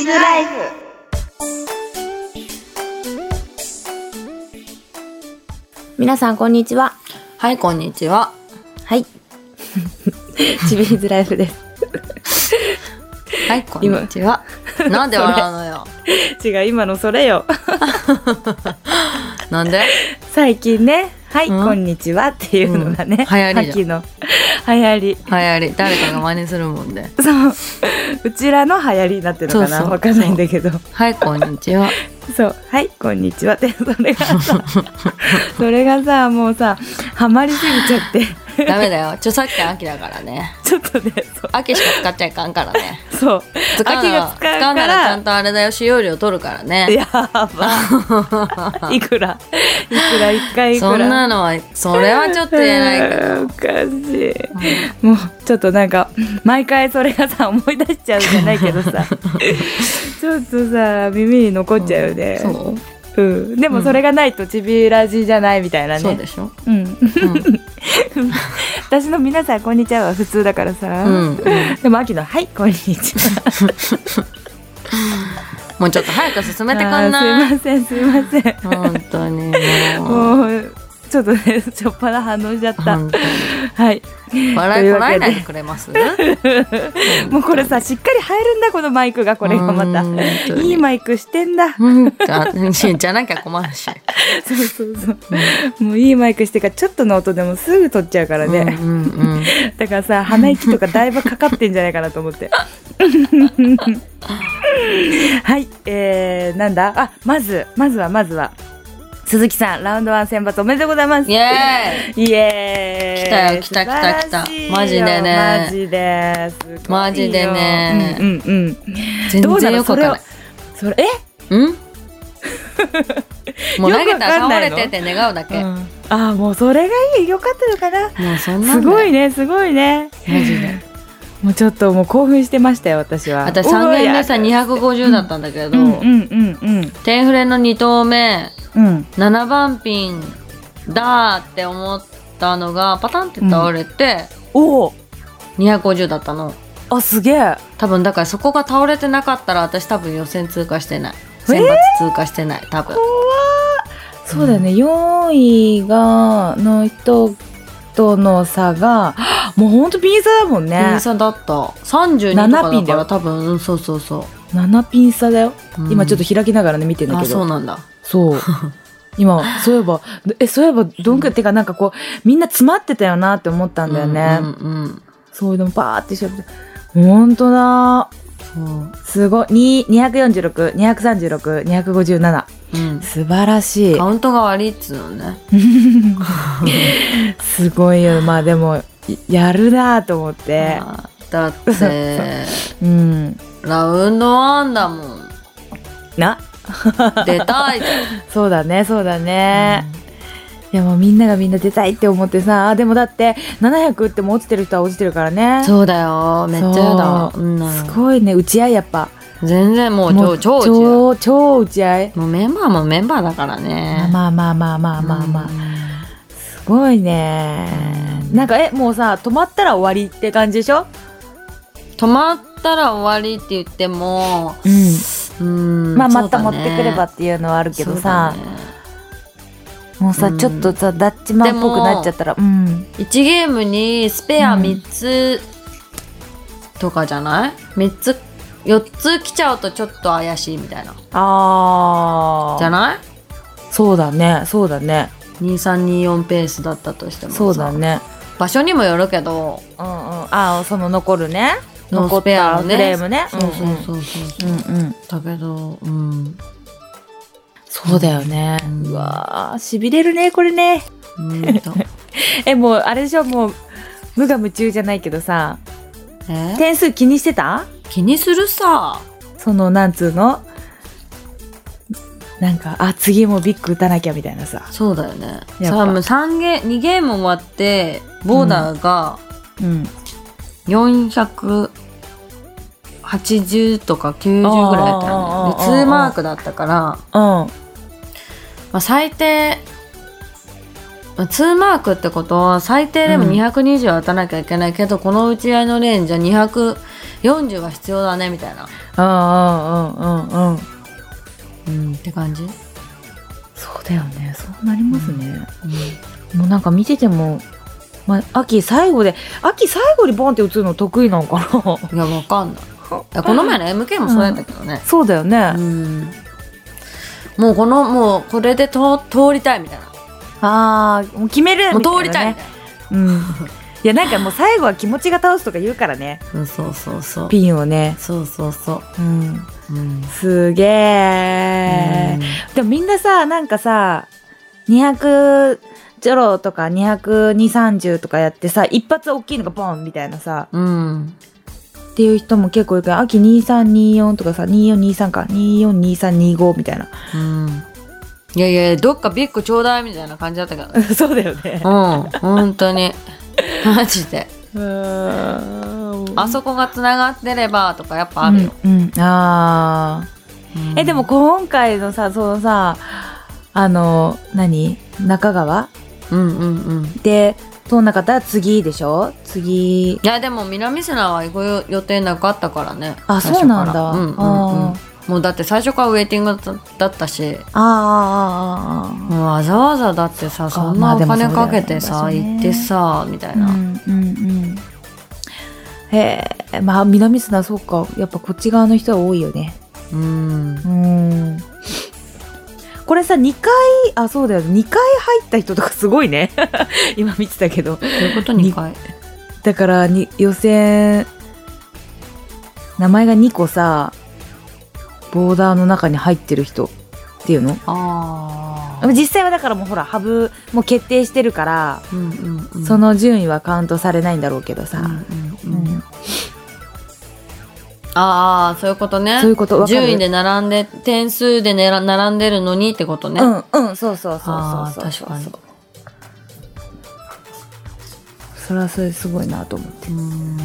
ーズライフ。皆さんこんにちは。 はい、こんにちは。 はいチビーズライフですはい、こんにちは。なんで笑うのよ違う、今のそれよなんで最近ね、はい、こんにちはっていうのがね、 流行りじゃん。 秋の流行り。 流行り、誰かが真似するもんで。 そう、うちらの流行りになってるのかな、 そうそうわかんないんだけど。 はい、こんにちは。 そう、はい、こんにちはって、それがさ、もうさ、ハマりすぎちゃってダメだよ。著作権秋だからね。 ちょっとね、そう、 秋しか使っちゃいかんからね。 そう、秋が使う使うかならちゃんら、 とあれだよ、使用料取るからね。 やばいくら一回いくら、 そんなのは、それはちょっと言えないけど。 おかしい、もうちょっとなんか毎回それがさ思い出しちゃうじゃないけどさちょっとさ耳に残っちゃうよね、 そううん、でもそれがないとちびラジじゃないみたいなね。 そうでしょ、 うん私の皆さんこんにちはは普通だからさ、 うんでも秋のはいこんにちはもうちょっと早く進めてくんない？ すいません本当にもうちょっとねしょっぱな反応しちゃった。 本当にはい、 笑いこらえないでくれます？ もうこれさしっかり入るんだこのマイクが、これがまたいいマイクしてんだじゃなきゃ困るしもういいマイクしてからちょっとの音でもすぐ取っちゃうからね、だからさ鼻息とかだいぶかかってんじゃないかなと思ってはい、なんだ、あ、まずは鈴木さん、ラウンド1選抜おめでとうございます。 イエーイイエーイ。 来たよ、来たマジでね、マジでね、全然よくわかんない。 それもう投げたら倒れてって願うだけ。 あ、もうそれがいい、よかったのかな。 もうそんなすごいねマジでもうちょっともう興奮してましたよ、私は。 私3ゲーム目さ250だったんだけど、点フレの2投目、7番ピンだーって思ったのがパタンって倒れて、250だったの。 あ、すげえ。 多分だからそこが倒れてなかったら私多分予選通過してない、選抜通過してない、多分。 そうだよね、4位がの人との差がもうほんとピン差だもんね。 ピン差だった。32とかだから多分、そう 7ピン差だよ、今ちょっと開きながらね見てんだけど。 あ、そうなんだ。 そう今そういえばどんくらい、てかなんかこうみんな詰まってたよなって思ったんだよね、そういうのもバーって調べて、ほんとだ、すごい、246、236、257、素晴らしい。 カウントが悪いっつうのねすごいよ。まあでもやるなと思って、 だってラウンド1だもんな出たいじゃんそうだね、いやもうみんながみんな出たいって思ってさ、でもだって700っても落ちてる人は落ちてるからね。 そうだよ、めっちゃやだ。 すごいね、打ち合い、やっぱ全然もう超打ち合い。 もうメンバーもメンバーだからね。 まあすごいね。なんかもうさ止まったら終わりって感じでしょ。 止まったら終わりって言っても、 まあまた持ってくればっていうのはあるけどさ、もうさちょっとさダッチマンっぽくなっちゃったら、 1ゲームにスペア3つとかじゃない？ 3 つ4つ来ちゃうとちょっと怪しいみたいな。じゃない？ そうだね 2324ペースだったとしてもさ、 そうだね、 場所にもよるけど、 その残るね、 ノースペアのね、 フレームね、 だけどそうだよね、うわーしびれるねこれねもうあれでしょ、もう無我夢中じゃないけどさ、点数気にしてた？ 気にするさ。 そのなんつうの、なんか次もビッグ打たなきゃみたいなさ。 そうだよね。さあもう2ゲーム終わってボーダーが480とか90ぐらいだったので、2マークだったから、まあ、最低2マークってことは最低でも220は打たなきゃいけないけど、この打ち合いのレンジは200 40は必要だねみたいな。って感じ。 そうだよね。そうなりますね。もうなんか見てても、秋最後にボンって打つの得意なのかな。 いや、わかんない。この前の MK もそうやったけどね。 そうだよね。 もうこれで通りたいみたいな。もう決めるみたいな、ね。 もう通りたいみたいな。 いやなんかもう最後は気持ちが倒すとか言うからね。 そう。 ピンをね。 そう。 すげー。でもみんなさ、なんかさ、200ジョロとか220-30とかやってさ、一発大きいのがボンみたいなさ。っていう人も結構いるから、秋2324とかさ、2423か、242325みたいな。 いや、どっかビッグちょうだいみたいな感じだったから。 そうだよね。 本当に。マジで。あそこがつながってればとかやっぱあるよ。 でも今回のさ、そのさ、中川で通んなかったら次でしょ。次。いやでも南砂は行く予定なかったからね。 そうなんだ。 もうだって最初からウェイティングだったし。もうわざわざだってさ、そんなお金かけてさ、行ってさみたいな。 南砂そうか、やっぱこっち側の人は多いよね。これさ、2回そうだよ、2回入った人とかすごいね。今見てたけど。 どういうこと2回？ だから予選名前が2個さ、ボーダーの中に入ってる人っていうの？実際はだからもうほらハブもう決定してるから、その順位はカウントされないんだろうけどさ。 そういうことね。 そういうこと。 順位で並んで、点数で並んでるのにってことね。 そう。確かに。それはそれすごいなと思って。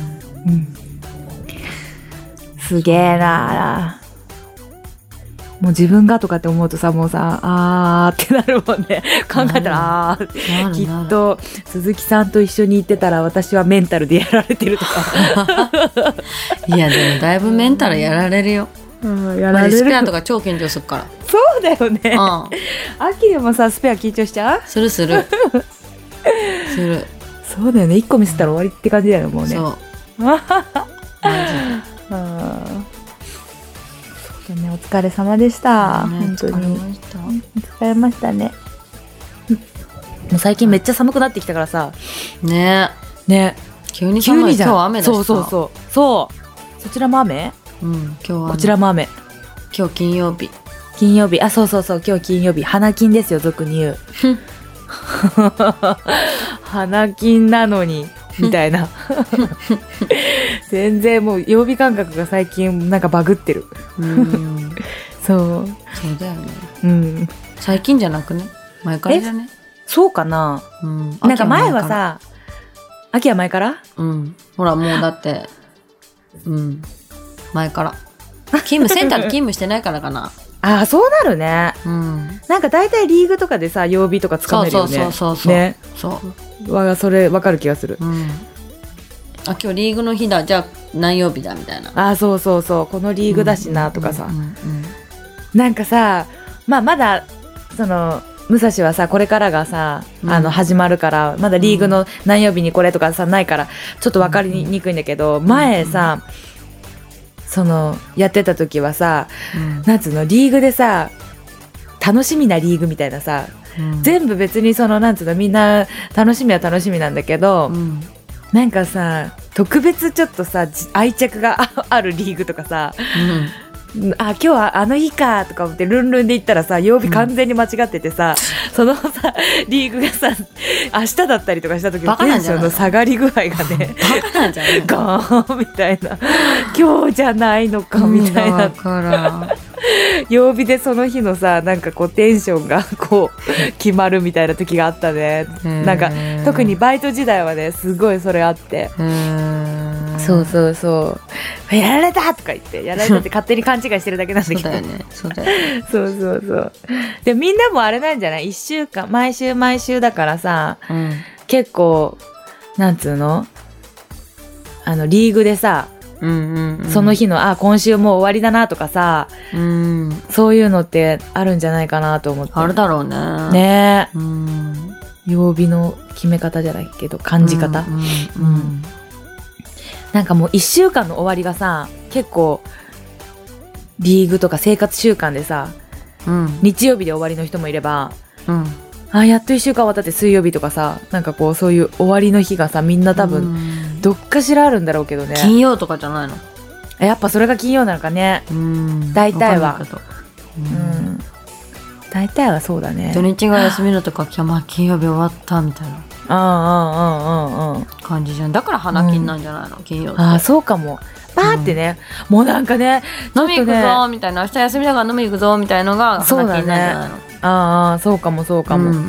すげえな。もう自分がとかって思うとさ、もうさ、ってなるもんね。考えたら、きっと鈴木さんと一緒に行ってたら私はメンタルでやられてるとか。 いやでもだいぶメンタルやられるよ。やられる。スペアとか超緊張するから。 そうだよね。秋でもさ、スペア緊張しちゃう？ する。そうだよね。1個ミスったら終わりって感じだよね、もうね。そう。マジで。お疲れ様でした。本当に。疲れましたね。もう最近めっちゃ寒くなってきたからさ。 ね。急に寒い。今日雨だしさ。 そう。そちらも雨？今日は。こちらも雨。 今日金曜日。 そう。今日金曜日。花金ですよ、俗に言う。花金なのに。みたいな。全然もう曜日感覚が最近なんかバグってる。そうだよね。最近じゃなくね？前からじゃね？ そうかな。なんか前はさ、秋は前から？ ほらもうだって、前から。センターで勤務してないからかな。 そうなるね。なんか大体リーグとかでさ、曜日とかつかめるよね。 そう。 ね。それ分かる気がする。 今日リーグの日だ、じゃあ何曜日だみたいな。 そうこのリーグだしなとかさ。なんかさ、まだその武蔵はさ、これからがさ、始まるからまだリーグの何曜日にこれとかさないからちょっと分かりにくいんだけど、前さ、そのやってた時はさ、なんつうの、リーグでさ、楽しみなリーグみたいなさ、全部別にそのなんつうの、みんな楽しみは楽しみなんだけど、なんかさ、特別ちょっとさ、愛着があるリーグとかさ、今日はあの日かとか思ってルンルンで行ったらさ、曜日完全に間違っててさ、そのさリーグがさ明日だったりとかした時のテンションの下がり具合がね、 バカなんじゃないガーンみたいな、今日じゃないのかみたいな、曜日でその日のさ、なんかこうテンションがこう決まるみたいな時があったね。なんか特にバイト時代はね、すごいそれあって、そうやられたとか言って、やられたって勝手に勘違いしてるだけなんだけど。 そうだよね。 そうで、みんなもあれなんじゃない？ 1 週間毎週だからさ、結構なんつうの、リーグでさ、 その日の今週もう終わりだなとかさ、そういうのってあるんじゃないかなと思って。 あるだろうね。 ねえ、曜日の決め方じゃないけど感じ方、なんかもう1週間の終わりがさ、結構リーグとか生活習慣でさ、日曜日で終わりの人もいれば、やっと1週間終わったって水曜日とかさ、なんかこうそういう終わりの日がさ、みんな多分どっかしらあるんだろうけどね。 金曜とかじゃないの？ やっぱそれが金曜なのかね。大体は。大体はそうだね。 土日が休みのとか、金曜日終わったみたいな感じじゃん。だから花金なんじゃないの、金曜って。 そうかも。バーってね、もうなんかね、 飲み行くぞみたいな、明日休みだから飲み行くぞみたいのが花金なんじゃないの？ そうかもそうかも。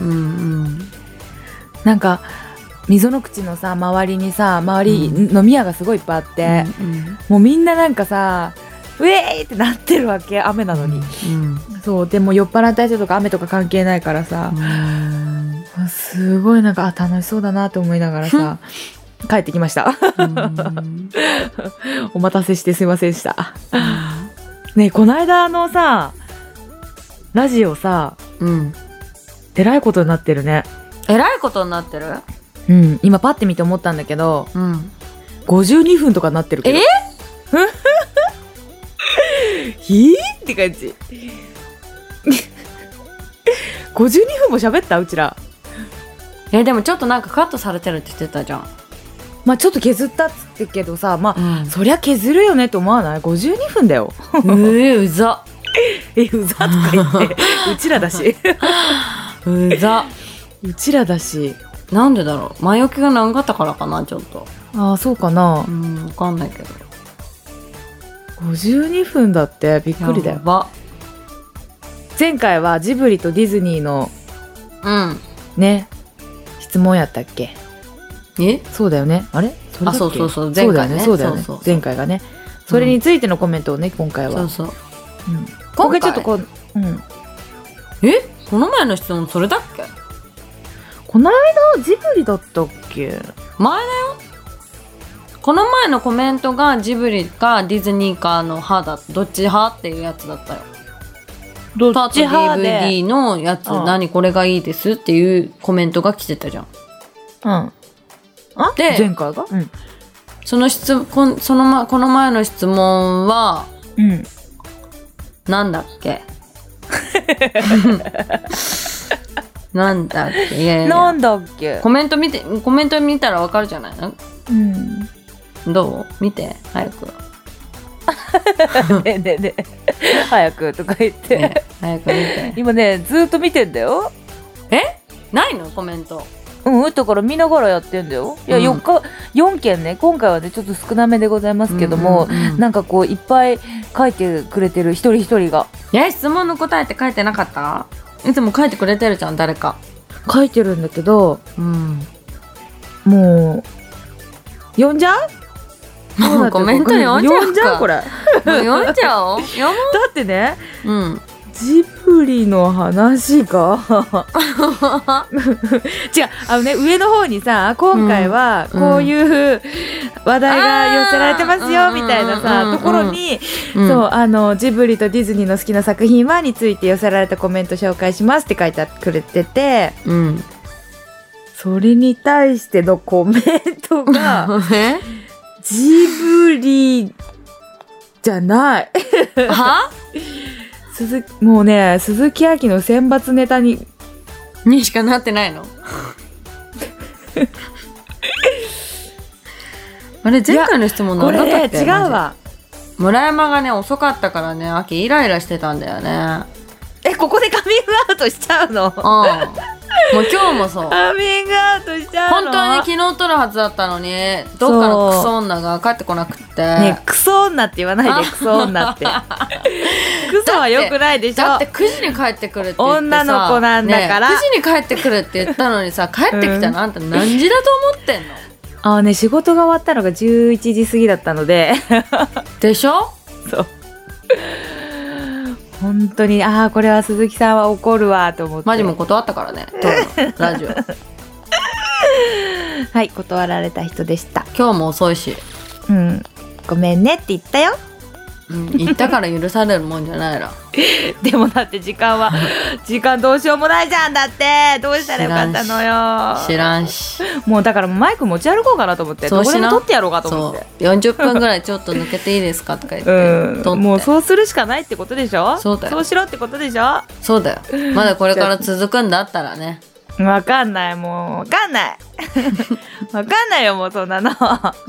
なんか溝の口のさ、周りにさ、飲み屋がすごいいっぱいあって、もうみんななんかさ、ウェーイってなってるわけ、雨なのに。そうでも酔っ払った人とか雨とか関係ないからさ、すごいなんか楽しそうだなと思いながらさ帰ってきました。お待たせしてすいませんでした。ねえ、この間さラジオさ、えらいことになってるね。 えらいことになってる？ 今パッて見て思ったんだけど、52分とかになってるけど。ひーって感じ。52分も喋ったうちら。 でもちょっとなんかカットされてるって言ってたじゃん。 まあちょっと削ったっつってけどさ、そりゃ削るよねって思わない？ 52 分だよ。 うざうざとか言ってうちらだしうざうちらだし。 なんでだろう、前置きが長かったからかな、ちょっと。 そうかな。 分かんないけど 52分だってびっくりだよ。前回はジブリとディズニーのね質問やったっけ？そうだよね。あれ？それだっけ？ そう前回ね。 そうだよね。前回がね。それについてのコメントをね、今回は。今回ちょっとこの前の質問それだっけ？ この間ジブリだったっけ？ 前だよ。この前のコメントがジブリかディズニーかの派だ、どっち派っていうやつだったよ。 どっち派で DVD のやつ、何これがいいですっていうコメントが来てたじゃん。で前回が、 この前の質問は、なんだっけなんだっけなんだっけ。 コメント見たらわかるじゃないの。どう？見て早く。 ね早くとか言って、 早く見て。 今ねずっと見てんだよ。 ないのコメント？ だから見ながらやってんだよ。いや、4件ね、今回はねちょっと少なめでございますけども、なんかこういっぱい書いてくれてる、一人一人が。 質問の答えって書いてなかった？いつも書いてくれてるじゃん、誰か。 書いてるんだけど、もう読んじゃう？ もうコメント読んじゃうか。 読んじゃうこれ。 読んじゃおう。読もう。 だってね、ジブリの話が違う、上の方にさ、今回はこういう話題が寄せられてますよみたいなさ、ところに、ジブリとディズニーの好きな作品はについて寄せられたコメント紹介しますって書いてくれてて、それに対してのコメントがジブリじゃないはもうね、鈴木亜希の選抜ネタにしかなってないの？あれ、前回の質問何だったっけ？ これね、違うわ。 村山がね遅かったからね、亜希イライラしてたんだよね。 ここでカミングアウトしちゃうの？ もう今日もそう。 カミングアウトしちゃうの？ 本当に昨日撮るはずだったのに、どっかのクソ女が帰ってこなくって。 ね、クソ女って言わないで、クソ女って。クソは良くないでしょ。 だって9時に帰ってくるって言ってさ、 女の子なんだから。 9時に帰ってくるって言ったのにさ、帰ってきたのあんた何時だと思ってんの？ 仕事が終わったのが11時過ぎだったので。 でしょ？ そう。本当にこれは鈴木さんは怒るわと思って。 マジも断ったからね、ラジオ。 はい、断られた人でした。 今日も遅いし。 ごめんねって言ったよ。 言ったから許されるもんじゃないらでもだって時間どうしようもないじゃん。だってどうしたらよかったのよ。 知らんし。 もうだからマイク持ち歩こうかなと思って、どこでも撮ってやろうかと思って。 そう40分ぐらいちょっと抜けていいですかとか言って撮って、 もうそうするしかないってことでしょ。 そうだよ、 そうしろってことでしょ。 そうだよ。まだこれから続くんだったらね。 わかんない、もうわかんないわかんないよ、もうそんなの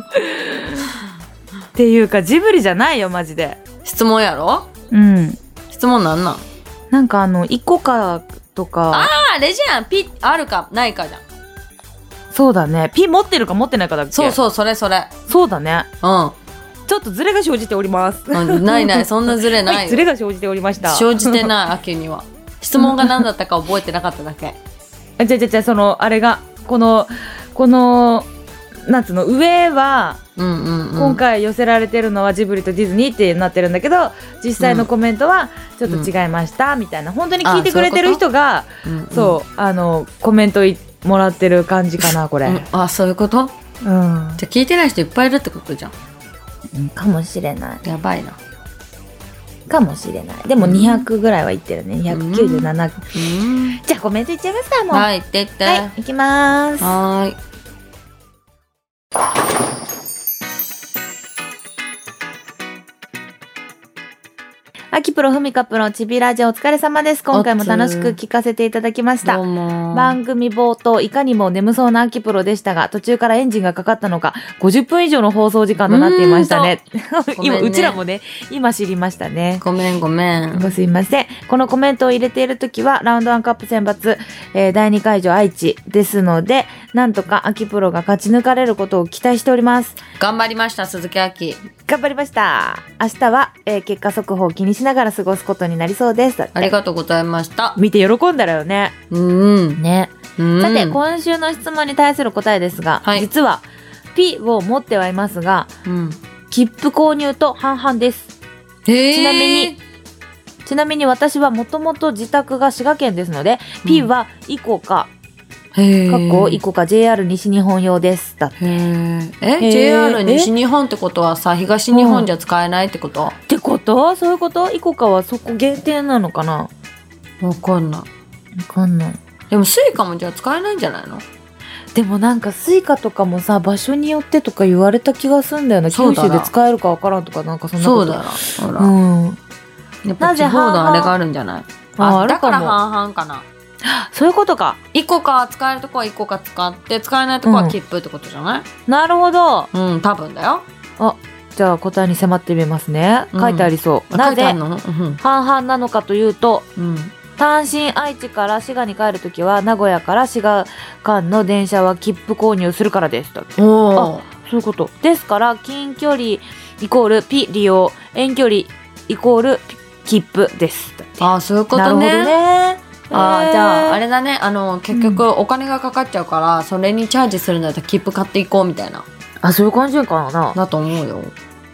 っていうかジブリじゃないよマジで。 質問やろ。質問なんなん。 なんか1個かとか。 あれじゃん、ピあるかないかじゃん。 そうだね、ピ持ってるか持ってないかだっけ。 そうそれそうだね。ちょっとズレが生じております。 ないそんなズレないズレが生じておりました。 生じてない。秋には質問が何だったか覚えてなかっただけじゃそのあれがこのなんつうの、上は、今回寄せられてるのはジブリとディズニーってなってるんだけど、実際のコメントはちょっと違いました、みたいな。本当に聞いてくれてる人がコメントもらってる感じかなこれ。 そういうこと。じゃあ聞いてない人いっぱいいるってことじゃん。 かもしれない。 やばいな。 かもしれない。でも200ぐらいはいってるね。297。じゃあコメントいっちゃいますか。もうはい、いってはい、いきます。 はい。 あきプロ、ふみかプロ、ちびラジオお疲れ様です。今回も楽しく聞かせていただきました。番組冒頭、いかにも眠そうなあきプロでしたが、途中からエンジンがかかったのか、50分以上の放送時間となっていましたね。今、うちらもね、今知りましたね。 ごめん。 すいません。このコメントを入れているときは、ラウンドワンカップ選抜、第2会場愛知ですので、なんとかあきプロが勝ち抜かれることを期待しております。 頑張りました、鈴木あき。 頑張りました。明日は、結果速報を気にしながら過ごすことになりそうです。 ありがとうございました。 見て喜んだらよね。ね。さて、今週の質問に対する答えですが、実はPを持ってはいますが、切符購入と半々です。ちなみに私はもともと自宅が滋賀県ですので、P はイコかイコか JR 西日本用ですだって。 JR 西日本ってことはさ、東日本じゃ使えないってこと？ ってこと？そういうこと？イコカはそこ限定なのかな？ わかんない。でもスイカもじゃあ使えないんじゃないの？ でもなんかスイカとかもさ、場所によってとか言われた気がするんだよな。九州で使えるかわからんとか、なんかそんなこと。 そうだろ。やっぱ地方のあれがあるんじゃない？だから半々かな。 そういうことか。 1個か使えるとこは1個か使って、使えないとこは切符ってことじゃない？ なるほど。 多分だよ。 じゃあ答えに迫ってみますね。書いてありそう。なぜ半々なのかというと、単身愛知から滋賀に帰るときは名古屋から滋賀間の電車は切符購入するからです。だって。そういうこと。ですから近距離イコールP利用、遠距離イコール切符です。 そういうことね。 なるほどね。 じゃああれだね、結局お金がかかっちゃうから、それにチャージするんだったら切符買っていこうみたいな。 そういう感じかな。 だと思うよ。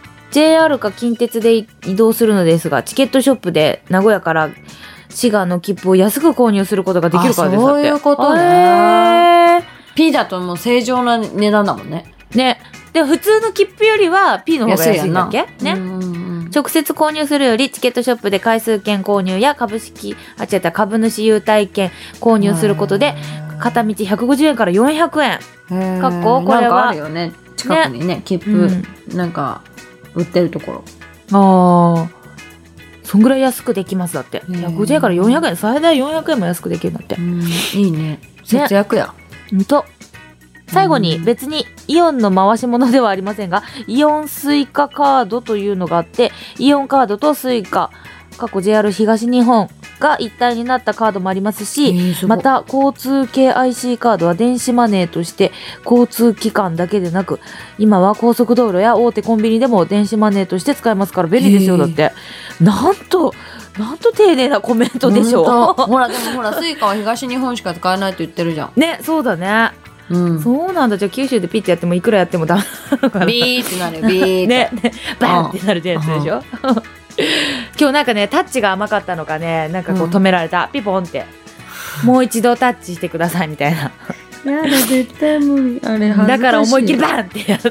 JR か近鉄で移動するのですが、チケットショップで名古屋から滋賀の切符を安く購入することができるからです。 そういうことね。P だともう正常な値段だもんね。 ね。で普通の切符よりは P の方が安いんだっけね。直接購入するよりチケットショップで回数券購入や株主優待券購入することで片道150円から400円。これはなんかあるよね、近くにね、切符、なんか売ってるところ。そんぐらい安くできます。だって150円から400円、最大400円も安くできるんだって。 いいね、節約や。 最後に別にイオンの回し物ではありませんが、イオンスイカカードというのがあって、イオンカードとスイカJR 東日本が一体になったカードもありますし、また交通系 IC カードは電子マネーとして交通機関だけでなく、今は高速道路や大手コンビニでも電子マネーとして使えますから便利ですよ。だってなんと丁寧なコメントでしょ。 ほらでもスイカは東日本しか使えないと言ってるじゃんね。 そうだね。そうなんだ。じゃあ九州でピッてやってもいくらやってもダメなのかな。 ビーってなるよ。ビーってねバンってなるやつでしょ。今日なんかね、タッチが甘かったのかね、なんかこう止められた、ピポンってもう一度タッチしてくださいみたいなやだ、絶対無理。あれ恥ずかしい。 だから思いっきりバンってやった。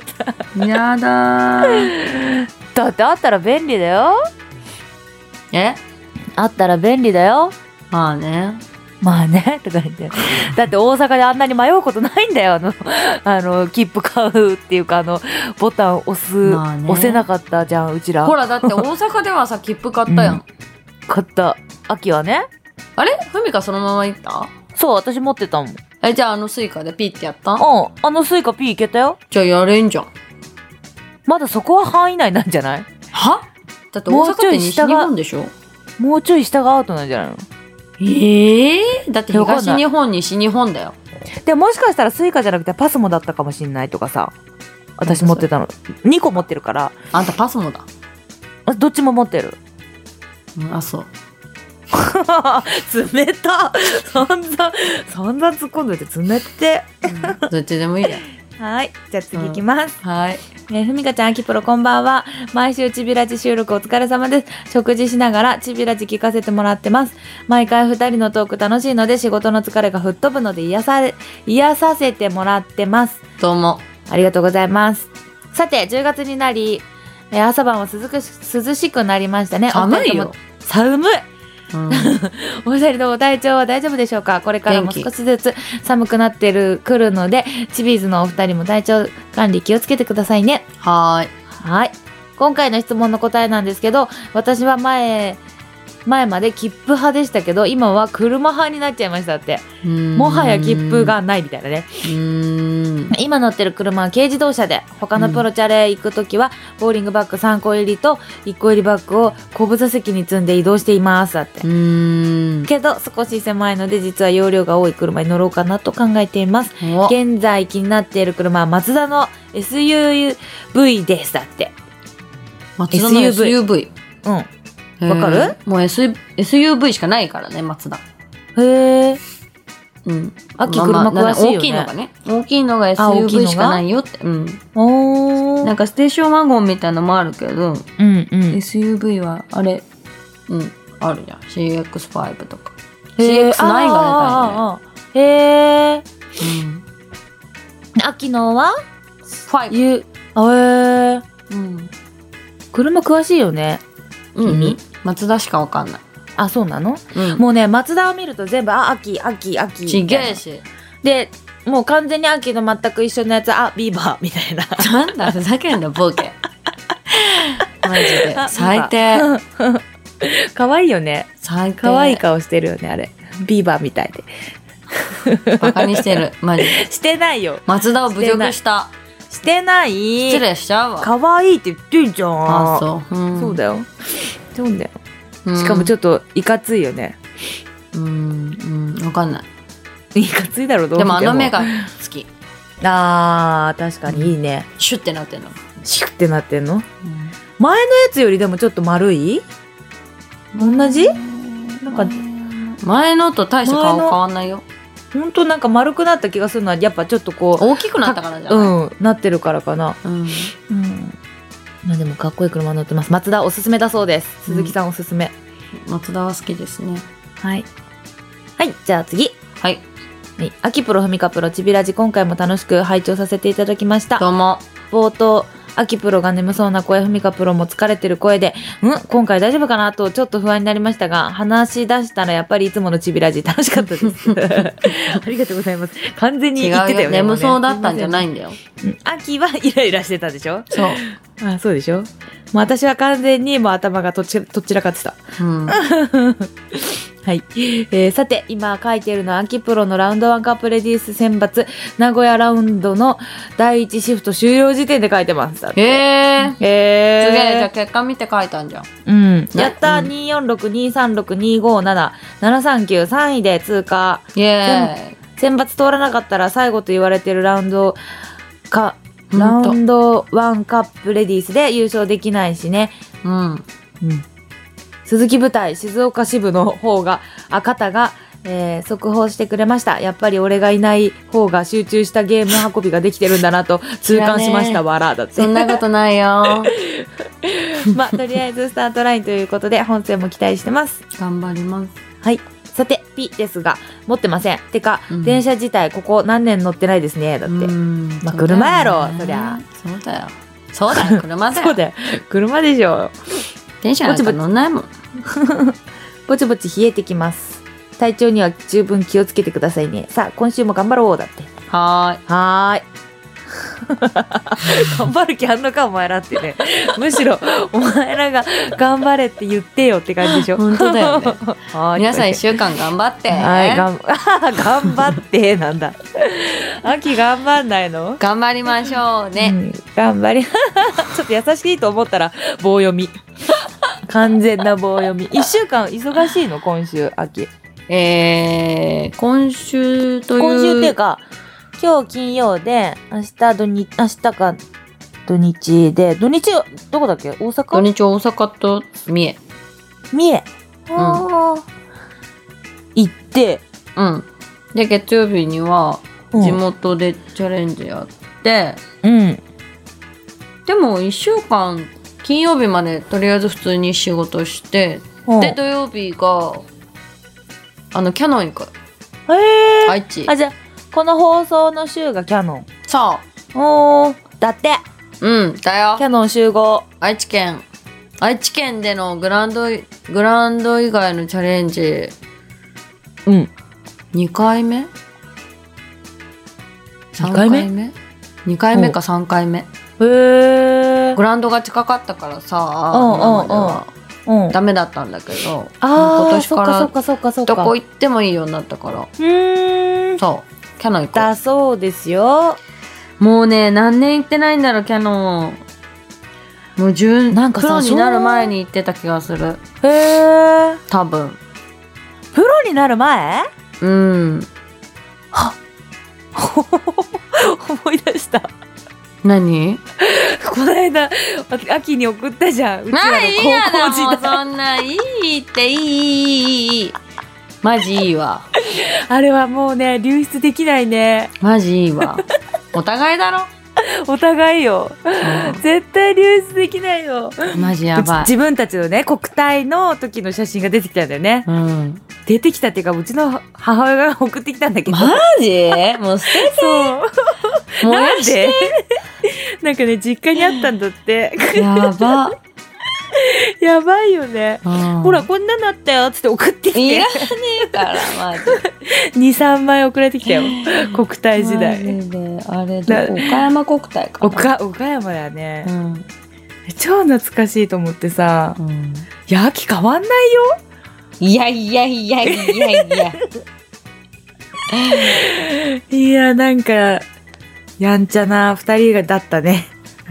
やだー。 だってあったら便利だよ。あったら便利だよ。 まあね。 まあねとか言って。だって大阪であんなに迷うことないんだよ。切符買うっていうかボタン押せなかったじゃんうちら。 ほらだって大阪ではさ切符買ったやん。 買った。秋はね。 あれ？ふみかそのまま行った？ そう、私持ってたもん。 じゃあスイカでピッてやった？ スイカピーいけたよ。 じゃあやれんじゃん。 まだそこは範囲内なんじゃない？ は？だって大阪って西日本でしょ？ もうちょい下がアウトなんじゃないの？ だって東日本西日本だよ。 でもしかしたらスイカじゃなくてパスモだったかもしんないとかさ。私持ってたの2個持ってるから。 あんたパスモだ。 どっちも持ってる。 あ、そう。 冷た。散々突っ込んどいて冷って、 どっちでもいいや。 はい、じゃあ次行きます。 はい。 ふみかちゃん、あきプロこんばんは。毎週ちびラジ収録お疲れ様です。食事しながらちびラジ聞かせてもらってます。毎回2人のトーク楽しいので仕事の疲れが吹っ飛ぶので癒させてもらってます。 どうもありがとうございます。さて10月になり朝晩は涼しくなりましたね。 寒いよ。 寒い。お二人の体調は大丈夫でしょうか？これからも少しずつ寒くなってくるのでチビーズのお二人も体調管理気をつけてくださいね。 はい。 今回の質問の答えなんですけど、私は前まで切符派でしたけど今は車派になっちゃいましたって。もはや切符がないみたいなね。今乗ってる車は軽自動車で、他のプロチャレ行くときはボーリングバッグ3個入りと1個入りバッグを後部座席に積んで移動していますだって。けど少し狭いので実は容量が多い車に乗ろうかなと考えています。現在気になっている車はマツダの SUV ですだって。 マツダの SUV。 わかる？ もう SUV しかないからね、マツダ。 へー。秋車詳しいよね。 大きいのがね。大きいのが SUV しかないよって。なんかステーションワゴンみたいなのもあるけど、SUV はあれ、あるじゃん。CX5 とか。CX9 が出たよね。 へー。秋のは 5。 車詳しいよね。 マツダしかわかんない。 あ、そうなの？もうね、マツダを見ると全部秋ちげえし。 でもう完全に秋の全く一緒のやつ、ビーバーみたいな。 なんだふざけんなボケ。マジで最低。 可愛いよね。 最低。 可愛い顔してるよねあれ。ビーバーみたいで。バカにしてるマジで。 してないよ。 マツダを侮辱した。 してない。 失礼しちゃうわ。 可愛いって言ってんじゃん。 あ、そう。 そうだよ。そうだよ。しかもちょっといかついよね。 わかんない。 いかついだろ、どうでも目が好き。 確かにいいね。 シュッてなってんの。 シュッてなってんの？前のやつよりでもちょっと丸い？同じ？なんか前のと大して顔変わんないよ。 ほんとなんか丸くなった気がするのはやっぱちょっとこう大きくなったからじゃない？ なってるからかな。まあでもかっこいい車乗ってます。マツダおすすめだそうです。鈴木さんおすすめ。 マツダは好きですね。 はい、じゃあ次。 はい。 秋プロふみかプロちびラジ、今回も楽しく拝聴させていただきました。 どうも。 冒頭秋プロが眠そうな声、ふみかプロも疲れてる声で今回大丈夫かなとちょっと不安になりましたが、話し出したらやっぱりいつものちびラジ楽しかったですありがとうございます。完全に言ってたよね。 眠そうだったんじゃないんだよ。 秋はイライラしてたでしょ。 そう。 そうでしょ。私は完全にもう頭がとっちらかってた。はい。さて、今書いているのは秋プロのラウンド1カップレディース選抜名古屋ラウンドの第1シフト終了時点で書いてます。 すげえ。じゃあ結果見て書いたんじゃん。 やったー。2462362577393位で通過。 イエーイ。 選抜通らなかったら最後と言われてるラウンド1カップレディースで優勝できないしね。鈴木部隊静岡支部の方が方が、速報してくれました。やっぱり俺がいない方が集中したゲーム運びができてるんだなと痛感しました。わらだって。 そんなことないよ。 とりあえずスタートラインということで本戦も期待してます。 頑張ります。 はい。 さて、ピですが、持ってません。てか、電車自体ここ何年乗ってないですね。だって。まあ、車やろ、そりゃ。 そうだよ。そうだよ、車だよ。 そうだよ。車でしょ。 電車なんか乗んないもん。 ぼちぼち冷えてきます。体調には十分気をつけてくださいね。さあ、今週も頑張ろう。だって。 はーい。 頑張る気あんのかお前らってね。むしろお前らが頑張れって言ってよって感じでしょ。 本当だよね。皆さん1週間頑張って。 はい、頑張ってなんだ。秋頑張んないの？ 頑張りましょうね。 頑張り。ちょっと優しいと思ったら棒読み。完全な棒読み。1週間忙しいの今週秋。 今週という。 今週っていうか。今日金曜で、明日か土日で、土日どこだっけ？大阪？ 土日大阪と三重。 三重。行って、 で、月曜日には地元でチャレンジやって、でも1週間、金曜日までとりあえず普通に仕事して、で、土曜日が、キャノン行く。愛知。 あ、じゃあ、この放送の週がキャノン。 そう。 だって。 だよ。 キャノン集合。 愛知県でのグランド以外のチャレンジ。2回目 ?3 回目 ?2 回目か3回目。グランドが近かったからさ、今までは。ダメだったんだけど、今年からどこ行ってもいいようになったから。そう。キャノン行こう。 だそうですよ。 もうね、何年行ってないんだろう、キャノン。もうなんかプロになる前に行ってた気がする。多分。 プロになる前？はっ。思い出した。 何？ この間、秋に送ったじゃん。うちらの高校時代。 そんないいっていい。マジいいわ。 あれはもうね、流出できないね。 マジいいわ。お互いだろ。 お互いよ。絶対流出できないよ。 マジやばい。 自分たちのね、国体の時の写真が出てきたんだよね。出てきたっていうか、うちの母親が送ってきたんだけど。 マジ？もう捨てて。 そう。なんで？なんかね、実家にあったんだって。 やば。 やばいよね。ほら、こんなのあったよって送ってきて。 いらねえから、マジ。 2、3枚送られてきたよ。国体時代。 あれで、岡山国体かな。 岡山やね。超懐かしいと思ってさ。いや、秋変わんないよ。 いや。 いや、なんか、やんちゃな2人だったね。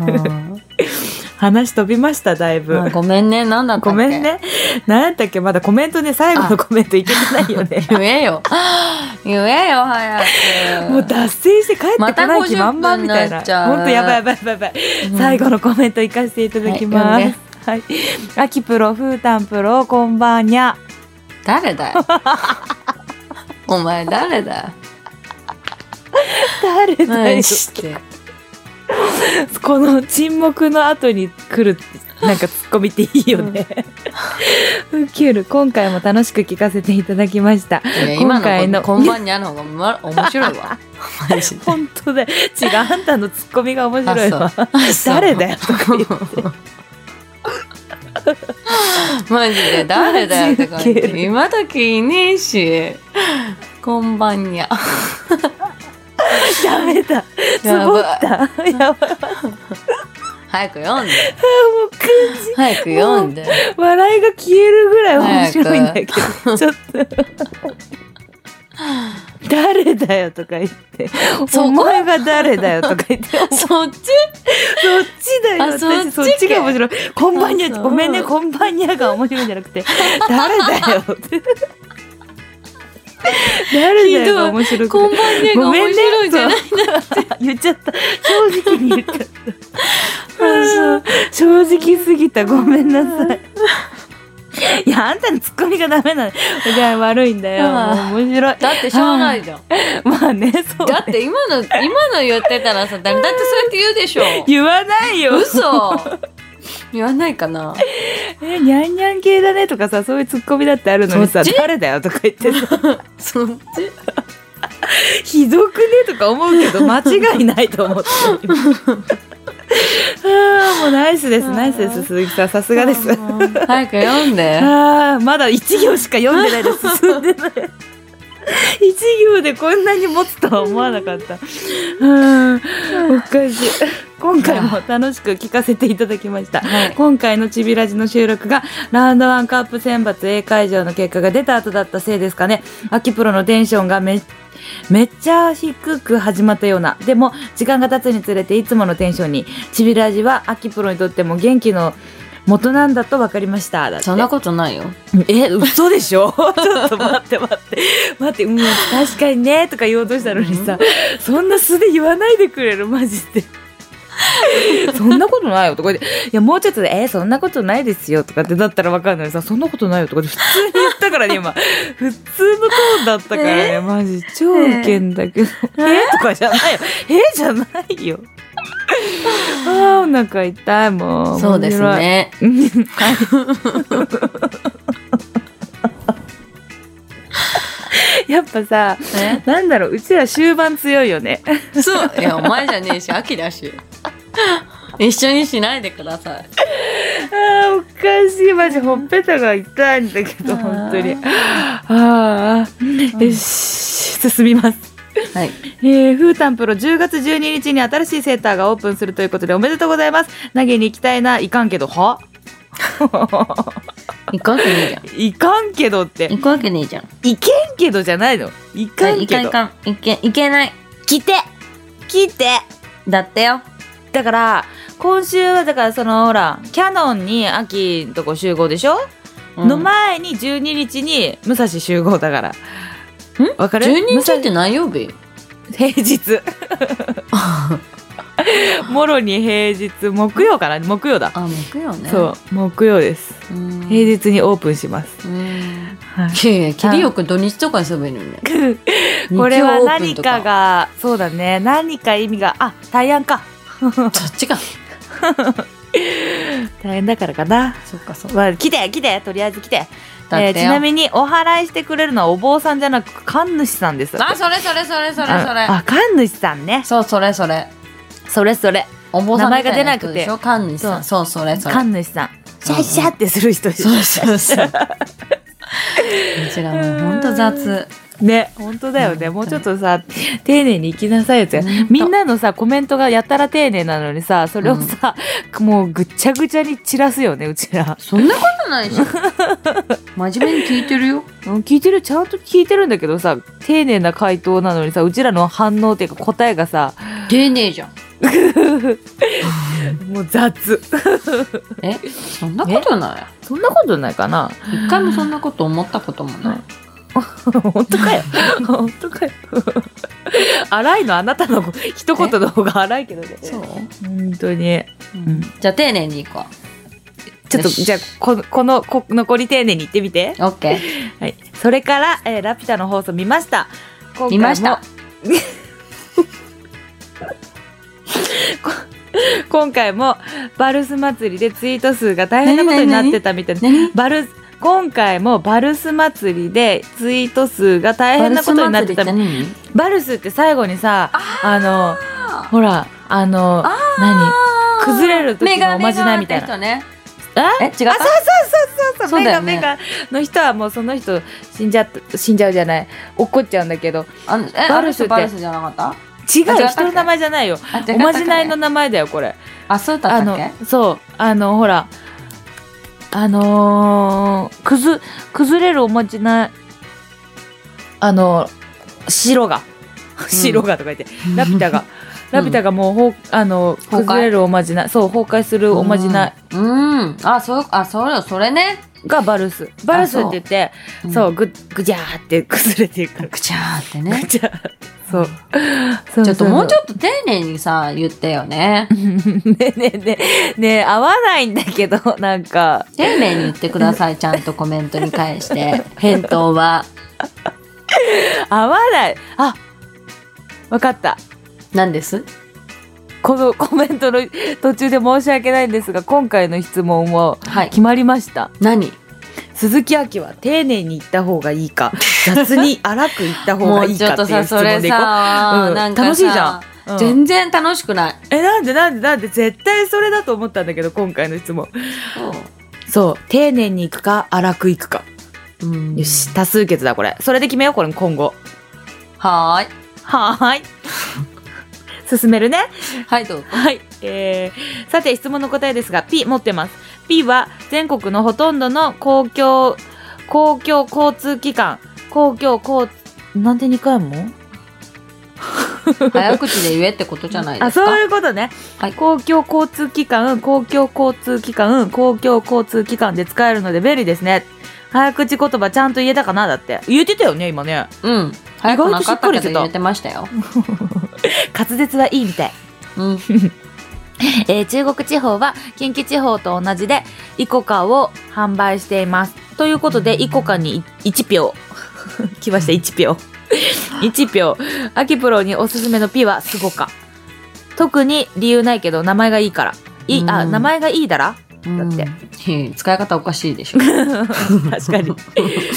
話飛びました、だいぶ。 ごめんね、なんだったっけ？ ごめんね。なんだっけ、まだコメントね、最後のコメントいけてないよね。 言えよ、早く。 もう脱線して帰ってこない気満々みたいな。ほんとやばい。最後のコメント行かせていただきます。はい。秋プロ、ふーたんプロ、こんばんにゃ。 誰だよ。お前誰だよ。 誰だよ。この沈黙の後に来るなんかツッコミっていいよね。ウケる。今回も楽しく聞かせていただきました。 今回のこんばんにゃの方が面白いわ。 本当だよ。違う、あんたのツッコミが面白いわ。誰だよとか言って。 マジで誰だよとか言って。今時いねえし。こんばんにゃ。 ダメだ。つぼった。やばい。 早く読んで。 もう早く読んで。 笑いが消えるぐらい面白いんだけど、ちょっと。誰だよとか言って、お前が誰だよとか言って、 そっちだよ。私そっちが面白い。こんばんにゃ、ごめんね、こんばんにゃが面白いんじゃなくて、誰だよって。誰だよが面白くて、 こんばんにゃが面白いんじゃないんだって言っちゃった。正直に言っちゃった。正直すぎた、ごめんなさい。いや、あんたのツッコミがダメなの。じゃあ悪いんだよ。面白い。 だってしょうがないじゃん。 まあね、そう。 だって今の言ってたらさ、だってそうやって言うでしょ。 言わないよ。 嘘。言わないかな。 ニャンニャン系だねとかさ、そういうツッコミだってあるのにさ、誰だよとか言ってさそっちひどくねとか思うけど間違いないと思ってもうナイスですナイスです、鈴木さんさすがです。 早く読んで。 まだ1行しか読んでないです。進んでない。1行でこんなに持つとは思わなかった。おかしい。今回も楽しく聞かせていただきました、はい、今回のちびラジの収録がラウンド1カップ選抜 A 会場の結果が出た後だったせいですかね。秋プロのテンションがめっちゃ低く始まったような。でも時間が経つにつれていつものテンションに。ちびラジは秋プロにとっても元気の元なんだと分かりました。だってそんなことないよ。 嘘でしょちょっと待って、確かにねとか言おうとしたのにさ、そんな素で言わないでくれるマジでそんなことないよとか言って、いやもうちょっとでそんなことないですよとかってだったら分かんないさ、そんなことないよとかって普通に言ったからね今普通のトーンだったからね、マジ超ウケんだけど、とかじゃないよ、じゃないよお腹痛いもう。 そうですねやっぱさ、なんだろう、うちら終盤強いよね。 そう、いやお前じゃねえし秋だし一緒にしないでください。 おかしい、マジほっぺたが痛いんだけど本当に。よし進みます。はい、フータンプロ10月12日に新しいセーターがオープンするということでおめでとうございます。投げに行きたいな。いかんけど行くわけねえじゃん。 いかんけどって行くわけねえじゃん。 いけんけどじゃないの。いかんけど、 いけない。来てだってよ。 だから今週はだからそのほらキャノンに秋のとこ集合でしょ、の前に12日に武蔵集合だから。わかる？ 12 日って何曜日？ 平日もろに平日、木曜かな、木曜だ。 木曜ね。 そう木曜です。平日にオープンします。 はい、切りよく土日とかにすればいいのにねこれは何かが、そうだね、何か意味が、大安かそっちか大変だからかな。 そっかそっか、来てとりあえず来て。ちなみにお払いしてくれるのはお坊さんじゃなく神主さんです。 それ神主さんね。 そうそれお坊さんみたいな人でしょ、 名前が出なくて神主さん。そうそれ神主さん、シャッシャってする人です。 そうこちらもほんと雑ね、本当だよね。もうちょっとさ丁寧に生きなさいよ。みんなのさコメントがやったら丁寧なのにさ、それをさ、もうぐっちゃぐちゃに散らすよね、うちら。 そんなことないし真面目に聞いてるよ。 聞いてる、ちゃんと聞いてるんだけどさ、丁寧な回答なのにさ、うちらの反応っていうか答えがさ丁寧じゃんもう雑そんなことない。 そんなことないかな。 一回もそんなこと思ったこともない本当かよ本当かよ荒いのあなたの一言の方が荒いけどね。 そう本当に、 じゃあ丁寧にいこう。ちょっとじゃあこの残り丁寧に言ってみて。 OK、 はい、それから、ラピュタの放送見ました。 見ました今回もバルス祭りでツイート数が大変なことになってたみたいな。今回もバルス祭りでツイート数が大変なことになってた。バルスって最後にさ、ほら崩れる時のおまじないみたいな。 違った？ そうメガの人はもうその人死んじゃうじゃない、落っこっちゃうんだけど、 バルスってバルスじゃなかった？ 違う、人の名前じゃないよ。おまじないの名前だよこれ。 そうだったっけ？ そうほら崩れるおまじない、白がとか言って、ラピュタがもう崩れるおまじない、そう崩壊するおまじない、 それねがバルスって言って、そうぐじゃーって崩れていく、 ぐちゃーってね、 そうちょっともうちょっと丁寧にさ言ってよねね合わないんだけど、なんか丁寧に言ってくださいちゃんとコメントに返して返答は合わない。わかった。 何です？ このコメントの途中で申し訳ないんですが、今回の質問も決まりました。 何？ 鈴木亜希は丁寧に言った方がいいか、雑に荒く言った方がいいかっていう質問でいこう。もうちょっとさ、それさ、 なんかさ、 楽しいじゃん。 全然楽しくない。 なんで絶対それだと思ったんだけど、今回の質問。そう、丁寧に行くか荒く行くか。よし、多数決だこれ。それで決めよう、これ今後。 はーい。 進めるね。 はい、どうぞ。 はい。さて質問の答えですが、P 持ってます。P は全国のほとんどの公共交通機関、なんで2回も早口で言えってことじゃないですか。 そういうことね。はい、公共交通機関で使えるので便利ですね。早口言葉ちゃんと言えたかな。だって言えてたよね今ね。 早くなかったけど言えてましたよ。 滑舌はいいみたい。中国地方は近畿地方と同じでイコカを販売しています。ということでイコカに1票来ました。1票アキプロにおすすめの P はスゴカ。特に理由ないけど名前がいいから名前がいいだらだって使い方おかしいでしょ。 確かに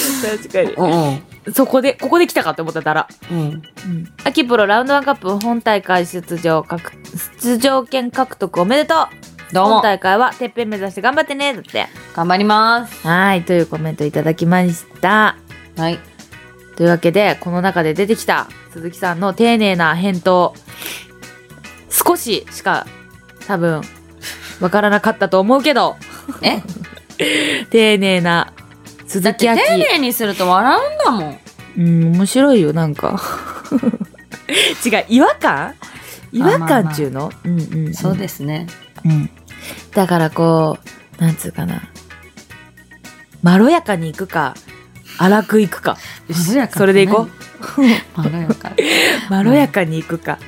ここで来たかって思っただら。アキプロラウンド1カップ本大会出場権獲得おめでとう。どうも。本大会はてっぺん目指して頑張ってね。だって頑張ります。 はい、というコメントいただきました。 はい、 というわけでこの中で出てきた鈴木さんの丁寧な返答、少ししか多分わからなかったと思うけど丁寧な鈴木亜希。 だって丁寧にすると笑うんだもん。 面白いよなんか違う、違和感っちゅうの。 そうですね。 だからこうなんつうかな、まろやかにいくか荒くいくか。それでいこう。まろやかにいくか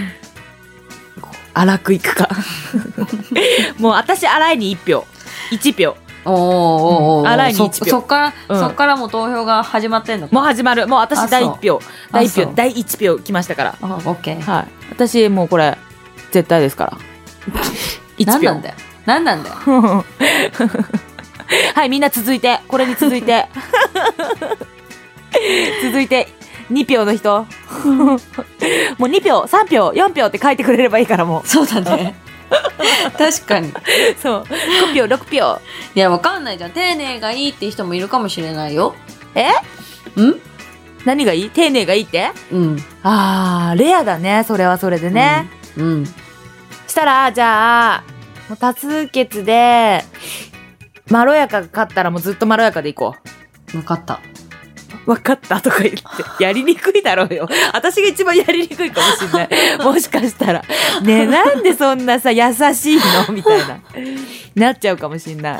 荒くいくかもう私荒いに1票。荒いに1票。 そっからもう投票が始まってんのか。 もう始まる。もう私第1票来ましたから。 オッケー。 はい、私もうこれ絶対ですから1票。 なんなんだよはい、みんな続いてこれに続いて2票の人もう2票3票4票って書いてくれればいいからもう。 そうだね確かにそう5票6票。 いやわかんないじゃん。丁寧がいいって人もいるかもしれないよ。 何がいい？丁寧がいいって？レアだね。それはそれでね。したらじゃあもう多数決でまろやかが勝ったらもうずっとまろやかでいこう。分かったとか言ってやりにくいだろうよ。私が一番やりにくいかもしれないもしかしたらねえ、なんでそんなさ優しいのみたいなっちゃうかもしれない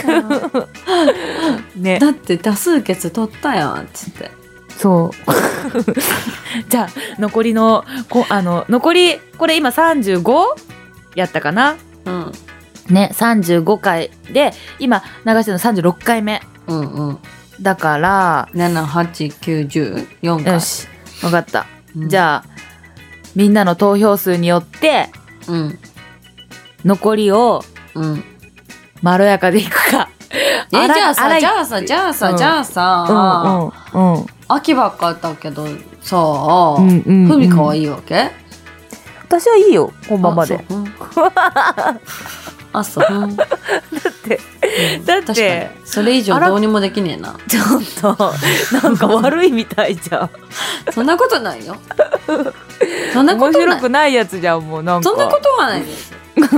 ね。だって多数決取ったやんっつって。 そうじゃあ残りのこれ今35やったかな。ね、35回で今流してるの36回目。だから 7、8、9、10、4回。 よし、分かった。じゃあみんなの投票数によって、残りを、まろやかでいくか。 じゃあさ、秋ばっかだけどさ、ふみかはいいわけ？ 私はいいよ、本番まで。 そう。 だってそれ以上どうにもできねえな。 ちょっとなんか悪いみたいじゃんそんなことないよ。 面白くないやつじゃん。もうなんかそんなことはないです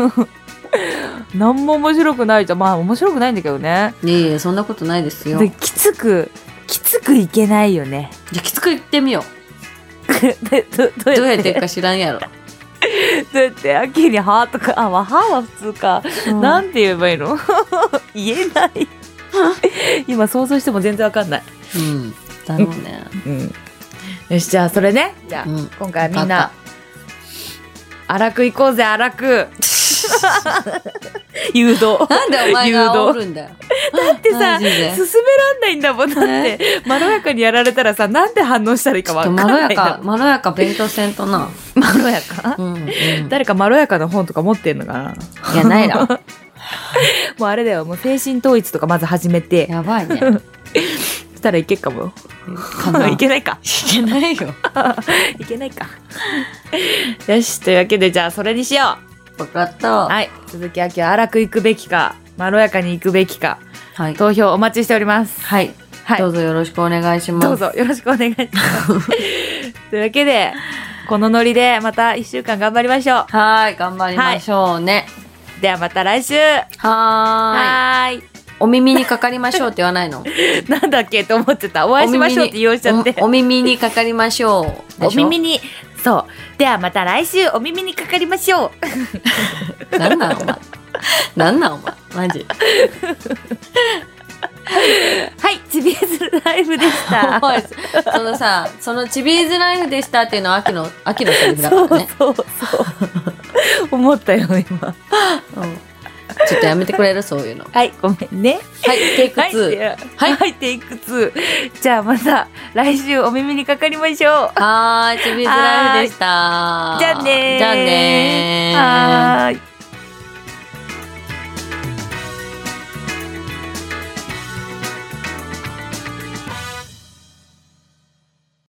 なんも面白くないじゃん。まあ面白くないんだけどね。 いえそんなことないですよ。 できつくいけないよね。 じゃあきつくいってみようどうやっていくか知らんやろ。 だって秋に歯とか歯は普通か、なんて言えばいいの言えない今想像しても全然わかんない。 だろうね。 よし、じゃあそれね。じゃあ、今回はみんな荒く行こうぜ。荒く誘導。 なんでお前が煽るんだよ。 だってさ、進めらんないんだもん。だってまろやかにやられたらさ、なんで反応したらいいか分かんないんだもん。 まろやか勉強せんとな。 まろやか、誰かまろやかな本とか持ってんのかな。 いや、ないら。 もうあれだよ、もう精神統一とかまず始めて。 やばいね。 したらいけっかも。いけないか。 いけないよ。 いけないか。よし、というわけでじゃあそれにしよう。分かった。 はい、鈴木亜希は荒くいくべきか、まろやかにいくべきか、 はい、 投票お待ちしております。 はい。はい、どうぞよろしくお願いします。 どうぞよろしくお願いします。というわけで、このノリでまた1週間頑張りましょう。 はい、頑張りましょうね。はい、 ではまた来週。 はい。お耳にかかりましょうって言わないの？ なんだっけと思ってた。お会いしましょうって言おうしちゃって。 お耳にかかりましょう。 お耳に、そう。ではまた来週お耳にかかりましょう。なんなんお前。なんなんお前。マジ。 はい、チビーズライフでした。 そのさ、そのチビーズライフでしたっていうのは秋のセリフだからね。 そう。思ったよ、今。 ちょっとやめてくれる、そういうの。 はい、ごめんね。 はい、テイク2。 はい、テイク2。じゃあまた来週お耳にかかりましょう。 はーい、チビーズライフでした。 じゃあねー。 じゃあねー。 はーい。